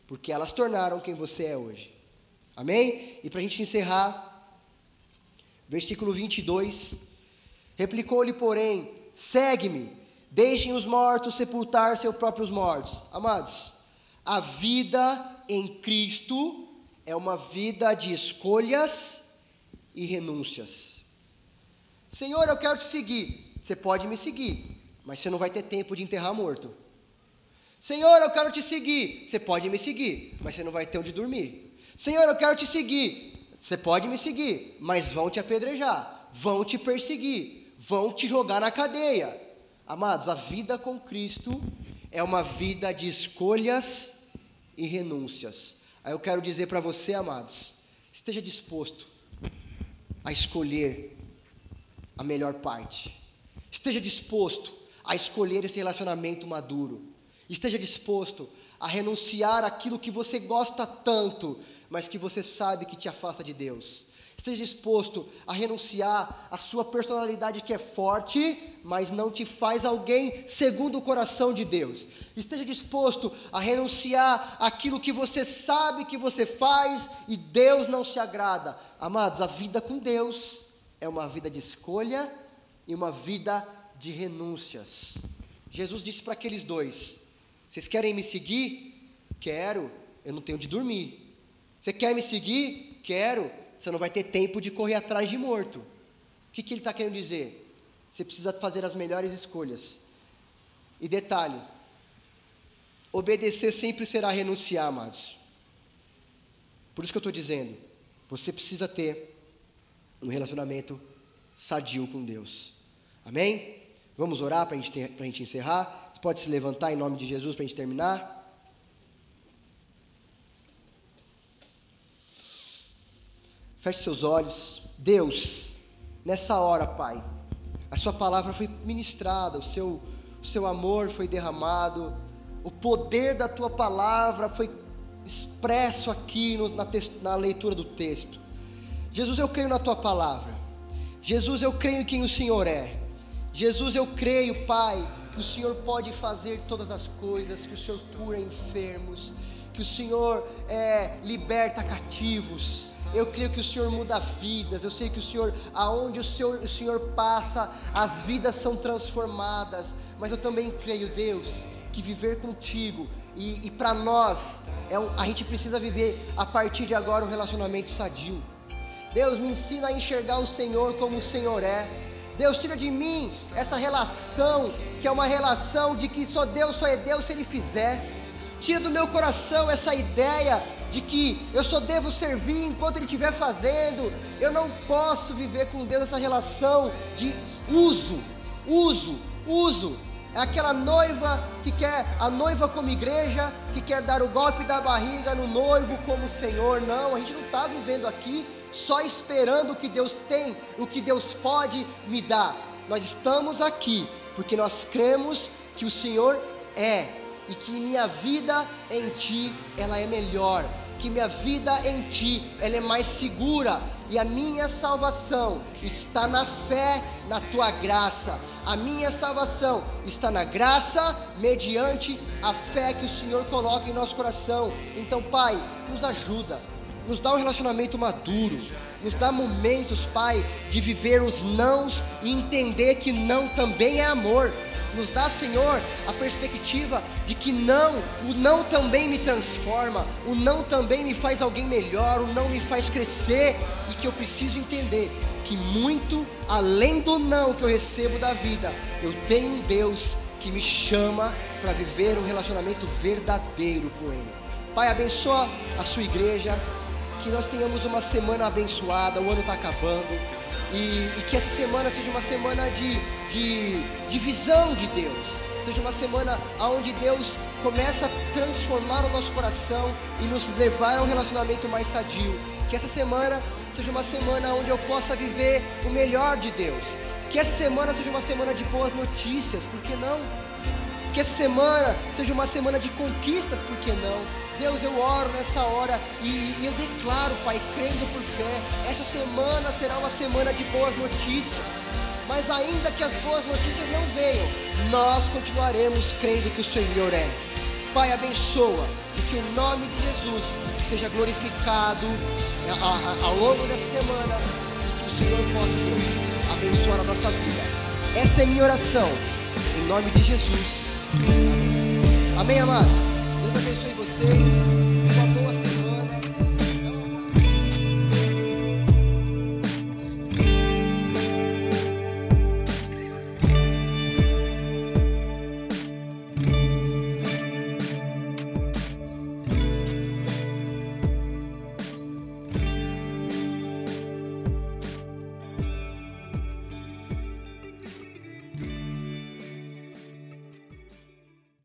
porque elas tornaram quem você é hoje. Amém? E para a gente encerrar, versículo 22, replicou-lhe, porém, segue-me, deixem os mortos sepultar seus próprios mortos. Amados, a vida em Cristo é uma vida de escolhas e renúncias. Senhor, eu quero te seguir. Você pode me seguir, mas você não vai ter tempo de enterrar morto. Senhor, eu quero te seguir. Você pode me seguir, mas você não vai ter onde dormir. Senhor, eu quero te seguir. Você pode me seguir, mas vão te apedrejar, vão te perseguir, vão te jogar na cadeia. Amados, a vida com Cristo é uma vida de escolhas e renúncias. Aí eu quero dizer para você, amados, esteja disposto a escolher a melhor parte. Esteja disposto a escolher esse relacionamento maduro. Esteja disposto a renunciar àquilo que você gosta tanto, mas que você sabe que te afasta de Deus. Esteja disposto a renunciar à sua personalidade que é forte, mas não te faz alguém segundo o coração de Deus. Esteja disposto a renunciar àquilo que você sabe que você faz e Deus não se agrada. Amados, a vida com Deus é uma vida de escolha e uma vida de renúncias. Jesus disse para aqueles dois: vocês querem me seguir? Quero, eu não tenho onde dormir. Você quer me seguir? Quero, você não vai ter tempo de correr atrás de morto. O que ele está querendo dizer? Você precisa fazer as melhores escolhas. E detalhe, obedecer sempre será renunciar, amados. Por isso que eu estou dizendo, você precisa ter um relacionamento sadio com Deus. Amém? Vamos orar para a gente encerrar. Você pode se levantar em nome de Jesus para a gente terminar? Feche seus olhos. Deus, nessa hora, Pai, a sua palavra foi ministrada, o seu amor foi derramado, o poder da tua palavra foi expresso aqui na leitura do texto. Jesus, eu creio na tua palavra. Jesus, eu creio em quem o Senhor é. Jesus, eu creio, Pai, que o Senhor pode fazer todas as coisas, que o Senhor cura enfermos, que o Senhor liberta cativos. Eu creio que o Senhor muda vidas. Eu sei que o Senhor, aonde o Senhor passa, as vidas são transformadas. Mas eu também creio, Deus, que viver contigo e para nós a gente precisa viver a partir de agora um relacionamento sadio. Deus, me ensina a enxergar o Senhor como o Senhor é. Deus, tira de mim essa relação, que é uma relação de que só é Deus se Ele fizer. Tira do meu coração essa ideia de que eu só devo servir enquanto Ele estiver fazendo. Eu não posso viver com Deus essa relação de uso. É aquela noiva que quer, a noiva como igreja, que quer dar o golpe da barriga no noivo como Senhor. Não, a gente não está vivendo aqui só esperando o que Deus tem, o que Deus pode me dar. Nós estamos aqui porque nós cremos que o Senhor é, e que minha vida em Ti, ela é melhor, que minha vida em Ti, ela é mais segura, e a minha salvação está na fé, na Tua graça. A minha salvação está na graça, mediante a fé que o Senhor coloca em nosso coração. Então, Pai, nos ajuda, nos dá um relacionamento maduro, nos dá momentos, Pai, de viver os nãos e entender que não também é amor. Nos dá, Senhor, a perspectiva de que o não também me transforma, o não também me faz alguém melhor, o não me faz crescer, e que eu preciso entender que muito além do não que eu recebo da vida, eu tenho um Deus que me chama para viver um relacionamento verdadeiro com Ele. Pai, abençoa a sua igreja, que nós tenhamos uma semana abençoada, o ano está acabando. E que essa semana seja uma semana de visão de Deus. Seja uma semana onde Deus começa a transformar o nosso coração e nos levar a um relacionamento mais sadio. Que essa semana seja uma semana onde eu possa viver o melhor de Deus. Que essa semana seja uma semana de boas notícias, por que não? Que essa semana seja uma semana de conquistas, por que não? Deus, eu oro nessa hora e eu declaro, Pai, crendo por fé, essa semana será uma semana de boas notícias. Mas ainda que as boas notícias não venham, nós continuaremos crendo que o Senhor é. Pai, abençoa, e que o nome de Jesus seja glorificado ao longo dessa semana e que o Senhor possa, Deus, abençoar a nossa vida. Essa é minha oração, em nome de Jesus. Amém, amados? Deus abençoe vocês.